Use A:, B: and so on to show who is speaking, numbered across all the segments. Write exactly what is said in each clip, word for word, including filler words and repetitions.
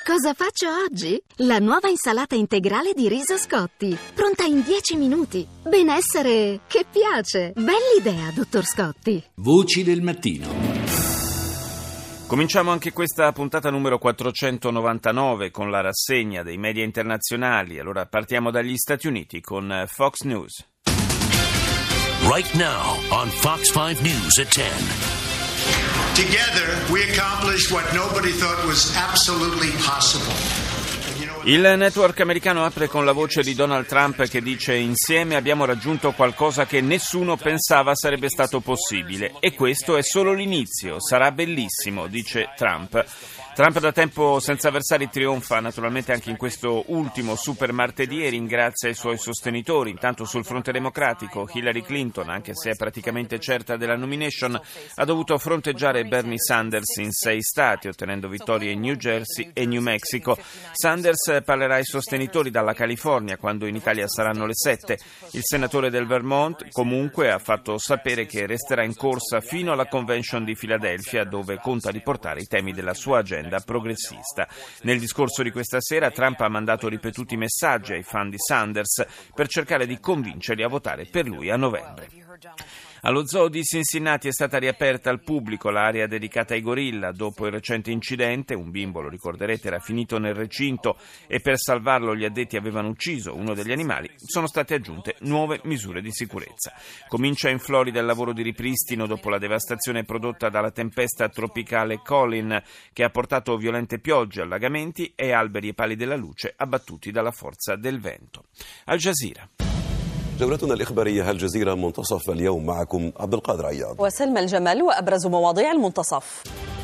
A: Cosa faccio oggi? La nuova insalata integrale di riso Scotti, pronta in dieci minuti. Benessere che piace. Bell'idea, dottor Scotti.
B: Voci del mattino.
C: Cominciamo anche questa puntata numero quattrocentonovantanove con la rassegna dei media internazionali. Allora partiamo dagli Stati Uniti con Fox News.
D: Right now on Fox five News at ten.
E: Together, we accomplished what nobody thought was absolutely possible.
C: Il network americano apre con la voce di Donald Trump che dice: insieme abbiamo raggiunto qualcosa che nessuno pensava sarebbe stato possibile e questo è solo l'inizio, sarà bellissimo, dice Trump. Trump da tempo senza avversari trionfa naturalmente anche in questo ultimo super martedì e ringrazia i suoi sostenitori. Intanto sul fronte democratico Hillary Clinton, anche se è praticamente certa della nomination, ha dovuto fronteggiare Bernie Sanders in sei stati, ottenendo vittorie in New Jersey e New Mexico. Sanders parlerà ai sostenitori dalla California quando in Italia saranno le sette. Il senatore del Vermont comunque ha fatto sapere che resterà in corsa fino alla convention di Philadelphia, dove conta di portare i temi della sua agenda progressista. Nel discorso di questa sera Trump ha mandato ripetuti messaggi ai fan di Sanders per cercare di convincerli a votare per lui a novembre. Allo zoo di Cincinnati è stata riaperta al pubblico l'area dedicata ai gorilla. Dopo il recente incidente, un bimbo, lo ricorderete, era finito nel recinto e per salvarlo gli addetti avevano ucciso uno degli animali. Sono state aggiunte nuove misure di sicurezza. Comincia in Florida il lavoro di ripristino dopo la devastazione prodotta dalla tempesta tropicale Colin, che ha portato violente piogge, allagamenti e alberi e pali della luce abbattuti dalla forza del vento. Al Jazeera.
F: جولتنا الإخبارية الجزيرة منتصف اليوم معكم عبد القادر عياض
G: وسلمى الجمال وأبرز مواضيع المنتصف.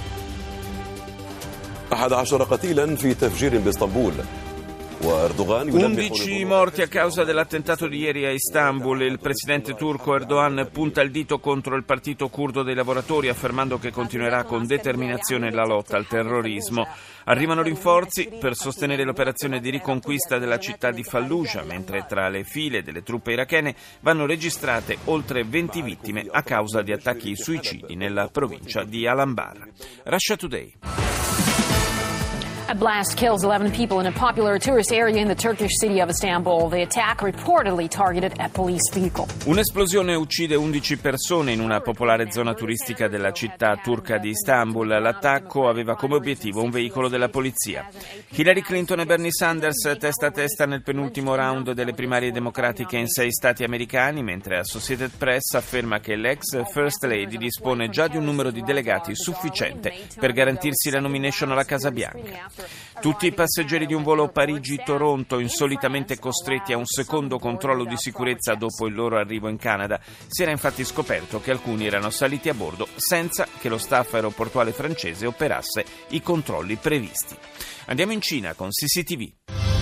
F: أحد عشر قتيلا في تفجير بإسطنبول.
C: undici morti a causa dell'attentato di ieri a Istanbul. Il presidente turco Erdogan punta il dito contro il partito curdo dei lavoratori, affermando che continuerà con determinazione la lotta al terrorismo. Arrivano rinforzi per sostenere l'operazione di riconquista della città di Fallujah, mentre tra le file delle truppe irachene vanno registrate oltre venti vittime a causa di attacchi suicidi nella provincia di Al-Anbar. Russia Today.
H: A blast kills eleven people in a popular tourist area in the Turkish city of Istanbul. The attack reportedly targeted a police vehicle.
C: Un'esplosione uccide undici persone in una popolare zona turistica della città turca di Istanbul. L'attacco aveva come obiettivo un veicolo della polizia. Hillary Clinton e Bernie Sanders testa a testa nel penultimo round delle primarie democratiche in sei stati americani, mentre Associated Press afferma che l'ex First Lady dispone già di un numero di delegati sufficiente per garantirsi la nomination alla Casa Bianca. Tutti i passeggeri di un volo Parigi-Toronto, insolitamente costretti a un secondo controllo di sicurezza dopo il loro arrivo in Canada, si era infatti scoperto che alcuni erano saliti a bordo senza che lo staff aeroportuale francese operasse i controlli previsti. Andiamo in Cina con C C T V.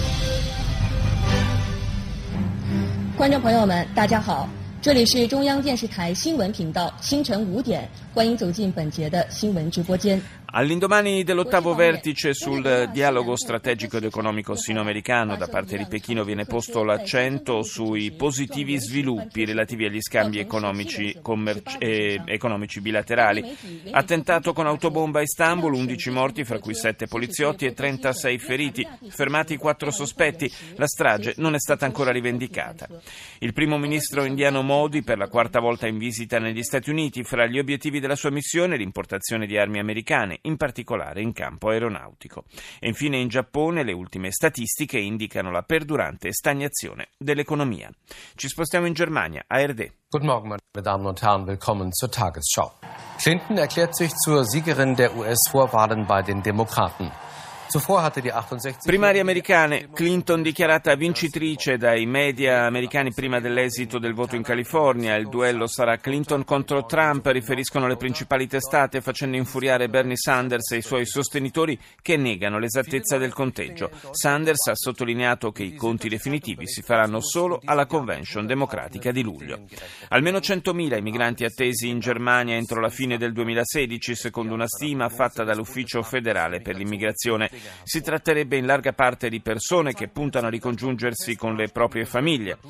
I: 观众朋友们，大家好，这里是中央电视台新闻频道，清晨五点，欢迎走进本节的新闻直播间。
C: All'indomani dell'ottavo vertice sul dialogo strategico ed economico sino-americano, da parte di Pechino viene posto l'accento sui positivi sviluppi relativi agli scambi economici, commerci- eh, economici bilaterali. Attentato con autobomba a Istanbul, undici morti, fra cui sette poliziotti e trentasei feriti, fermati quattro sospetti. La strage non è stata ancora rivendicata. Il primo ministro indiano Modi, per la quarta volta in visita negli Stati Uniti, fra gli obiettivi della sua missione l'importazione di armi americane, in particolare in campo aeronautico. E infine in Giappone le ultime statistiche indicano la perdurante stagnazione dell'economia. Ci spostiamo in Germania, A R D.
J: Guten Morgen, meine Damen und Herren, willkommen zur Tagesschau. Clinton erklärt sich zur Siegerin der U S-Vorwahlen bei den Demokraten.
C: Primarie americane, Clinton dichiarata vincitrice dai media americani prima dell'esito del voto in California. Il duello sarà Clinton contro Trump, riferiscono le principali testate, facendo infuriare Bernie Sanders e i suoi sostenitori che negano l'esattezza del conteggio. Sanders ha sottolineato che i conti definitivi si faranno solo alla convention democratica di luglio. Almeno centomila i migranti attesi in Germania entro la fine del duemilasedici, secondo una stima fatta dall'Ufficio federale per l'immigrazione. Si tratterebbe in larga parte di persone che puntano a ricongiungersi con le proprie famiglie.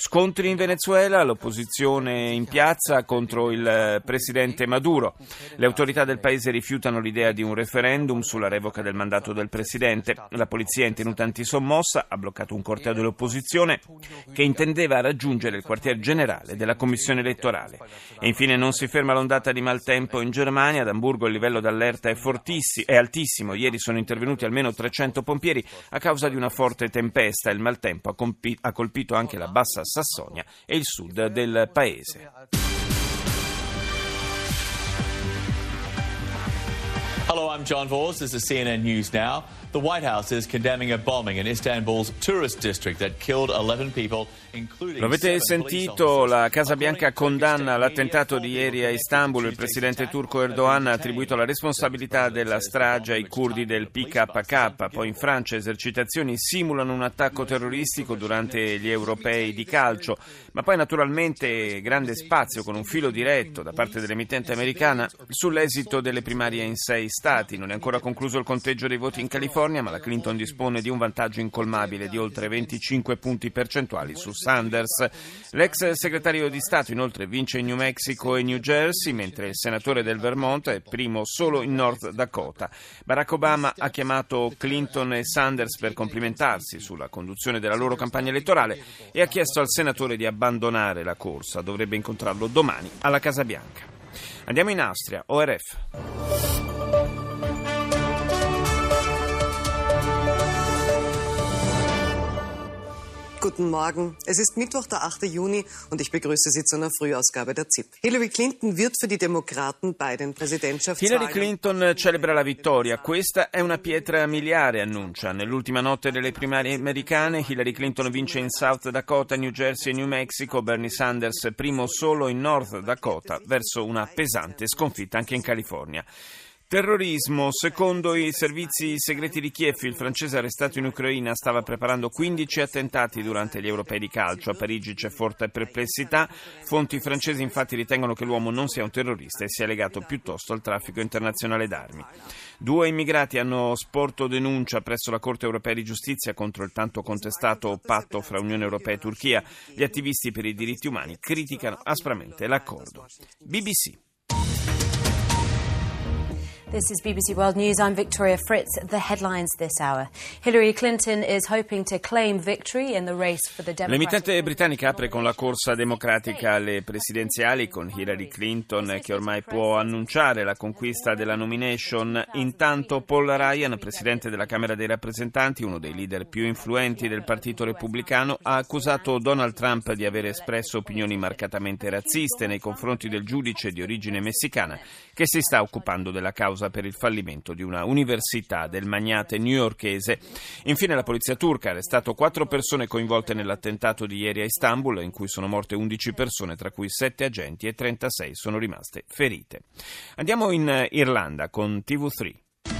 C: Scontri in Venezuela, l'opposizione in piazza contro il presidente Maduro. Le autorità del paese rifiutano l'idea di un referendum sulla revoca del mandato del presidente. La polizia in tenuta antisommossa ha bloccato un corteo dell'opposizione che intendeva raggiungere il quartier generale della commissione elettorale. E infine non si ferma l'ondata di maltempo in Germania. Ad Amburgo il livello d'allerta è fortissimo, è altissimo. Ieri sono intervenuti almeno trecento pompieri a causa di una forte tempesta. Il maltempo ha, compi- ha colpito anche la Bassa Sassonia e il sud del paese.
B: Hello, I'm John Vos. This is C N N News Now. The White House is condemning a bombing in Istanbul's tourist district that killed eleven people, including
C: Lo avete sentito, la Casa Bianca condanna l'attentato di ieri a Istanbul. Il presidente turco Erdogan ha attribuito la responsabilità della strage ai curdi del P K K. Poi in Francia esercitazioni simulano un attacco terroristico durante gli europei di calcio, ma poi naturalmente grande spazio con un filo diretto da parte dell'emittente americana sull'esito delle primarie in sei stati. Non è ancora concluso il conteggio dei voti in California, ma la Clinton dispone di un vantaggio incolmabile di oltre venticinque punti percentuali su Sanders. L'ex segretario di Stato inoltre vince in New Mexico e New Jersey, mentre il senatore del Vermont è primo solo in North Dakota. Barack Obama ha chiamato Clinton e Sanders per complimentarsi sulla conduzione della loro campagna elettorale e ha chiesto al senatore di abbandonare la corsa. Dovrebbe incontrarlo domani alla Casa Bianca. Andiamo in Austria, O R F.
K: Guten Morgen. Es ist Mittwoch, der achter Juni, und ich begrüße Sie zu einer Frühausgabe der Z I P. Hillary Clinton wird für die Demokraten bei den Präsidentschaftswahlen...
C: Hillary Clinton celebra la vittoria. Questa è una pietra miliare, annuncia. Nell'ultima notte delle primarie americane, Hillary Clinton vince in South Dakota, New Jersey e New Mexico. Bernie Sanders primo solo in North Dakota, verso una pesante sconfitta anche in California. Terrorismo. Secondo i servizi segreti di Kiev, il francese arrestato in Ucraina stava preparando quindici attentati durante gli europei di calcio. A Parigi c'è forte perplessità. Fonti francesi infatti ritengono che l'uomo non sia un terrorista e sia legato piuttosto al traffico internazionale d'armi. Due immigrati hanno sporto denuncia presso la Corte europea di giustizia contro il tanto contestato patto fra Unione Europea e Turchia. Gli attivisti per i diritti umani criticano aspramente l'accordo. B B C.
L: This is B B C World News. I'm Victoria Fritz. The headlines this hour. Hillary Clinton is hoping to claim victory in the race for the Democratic...
C: L'emittente britannica apre con la corsa democratica alle presidenziali, con Hillary Clinton che ormai può annunciare la conquista della nomination. Intanto Paul Ryan, presidente della Camera dei rappresentanti, uno dei leader più influenti del Partito Repubblicano, ha accusato Donald Trump di aver espresso opinioni marcatamente razziste nei confronti del giudice di origine messicana che si sta occupando della causa per il fallimento di una università del magnate newyorkese. Infine la polizia turca ha arrestato quattro persone coinvolte nell'attentato di ieri a Istanbul, in cui sono morte undici persone, tra cui sette agenti, e trentasei sono rimaste ferite. Andiamo in Irlanda con T V tre.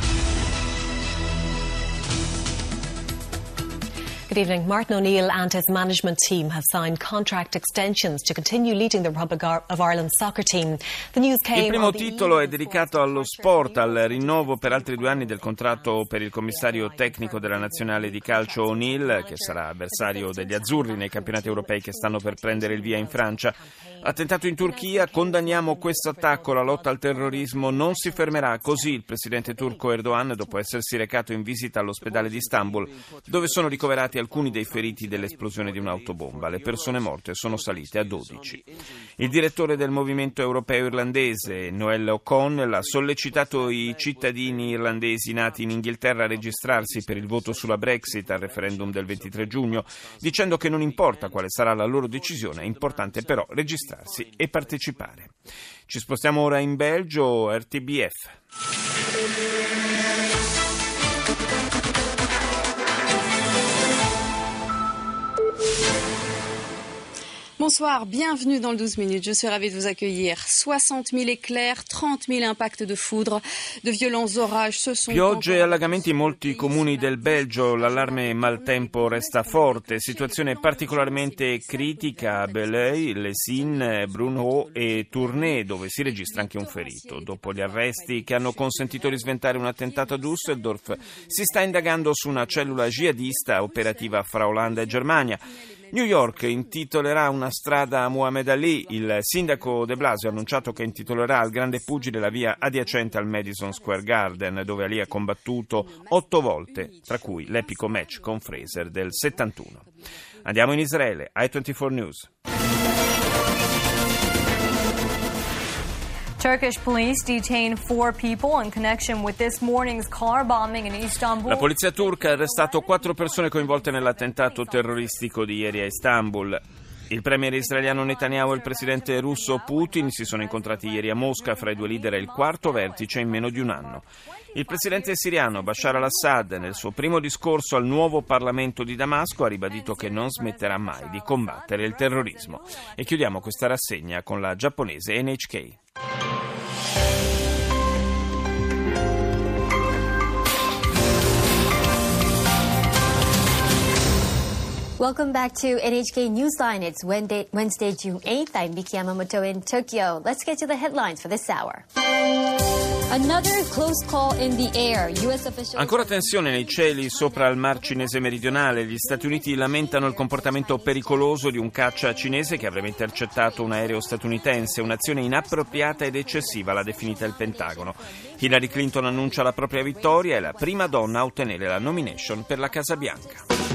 M: Good evening. Martin O'Neill and his management team have signed contract extensions to continue leading the Republic of Ireland soccer team. The news came
C: Il primo titolo è dedicato allo sport, al rinnovo per altri due anni del contratto per il commissario tecnico della nazionale di calcio O'Neill, che sarà avversario degli azzurri nei campionati europei che stanno per prendere il via in Francia. Attentato in Turchia, condanniamo questo attacco, la lotta al terrorismo non si fermerà. Così il presidente turco Erdogan, dopo essersi recato in visita all'ospedale di Istanbul, dove sono ricoverati alcuni dei feriti dell'esplosione di un'autobomba. Le persone morte sono salite a dodici. Il direttore del movimento europeo irlandese, Noel O'Connell, ha sollecitato i cittadini irlandesi nati in Inghilterra a registrarsi per il voto sulla Brexit al referendum del ventitré giugno, dicendo che non importa quale sarà la loro decisione, è importante però registrarsi e partecipare. Ci spostiamo ora in Belgio, R T B F.
N: Bonsoir, bienvenue dans le douze minutes. Je suis ravie de vous accueillir. soixante mille éclairs, trente mille impacts de foudre, de violents orages se sont...
C: Piogge e allagamenti in molti comuni del Belgio, l'allarme maltempo resta forte, situazione particolarmente critica a Belleuil, Lessines, Brunhau e Tournai, dove si registra anche un ferito. Dopo gli arresti che hanno consentito di sventare un attentato a Düsseldorf, si sta indagando su una cellula jihadista operativa fra Olanda e Germania. New York intitolerà una strada a Muhammad Ali. Il sindaco de Blasio ha annunciato che intitolerà al grande pugile la via adiacente al Madison Square Garden, dove Ali ha combattuto otto volte, tra cui l'epico match con Fraser del settantuno. Andiamo in Israele, I ventiquattro News.
O: Turkish police detain four people in connection with this morning's car bombing in Istanbul.
C: La polizia turca ha arrestato quattro persone coinvolte nell'attentato terroristico di ieri a Istanbul. Il premier israeliano Netanyahu e il presidente russo Putin si sono incontrati ieri a Mosca. Fra i due leader è il quarto vertice in meno di un anno. Il presidente siriano Bashar al-Assad, nel suo primo discorso al nuovo Parlamento di Damasco, ha ribadito che non smetterà mai di combattere il terrorismo. E chiudiamo questa rassegna con la giapponese N H K.
P: Welcome back to N H K Newsline. It's Wednesday, Wednesday, June eighth. I'm Miki Yamamoto in Tokyo. Let's get to the headlines for this hour. Another close call in the air. U S officials...
C: Ancora tensione nei cieli sopra il Mar Cinese meridionale. Gli Stati Uniti lamentano il comportamento pericoloso di un caccia cinese che avrebbe intercettato un aereo statunitense. Un'azione inappropriata ed eccessiva, l'ha definita il Pentagono. Hillary Clinton annuncia la propria vittoria, è la prima donna a ottenere la nomination per la Casa Bianca.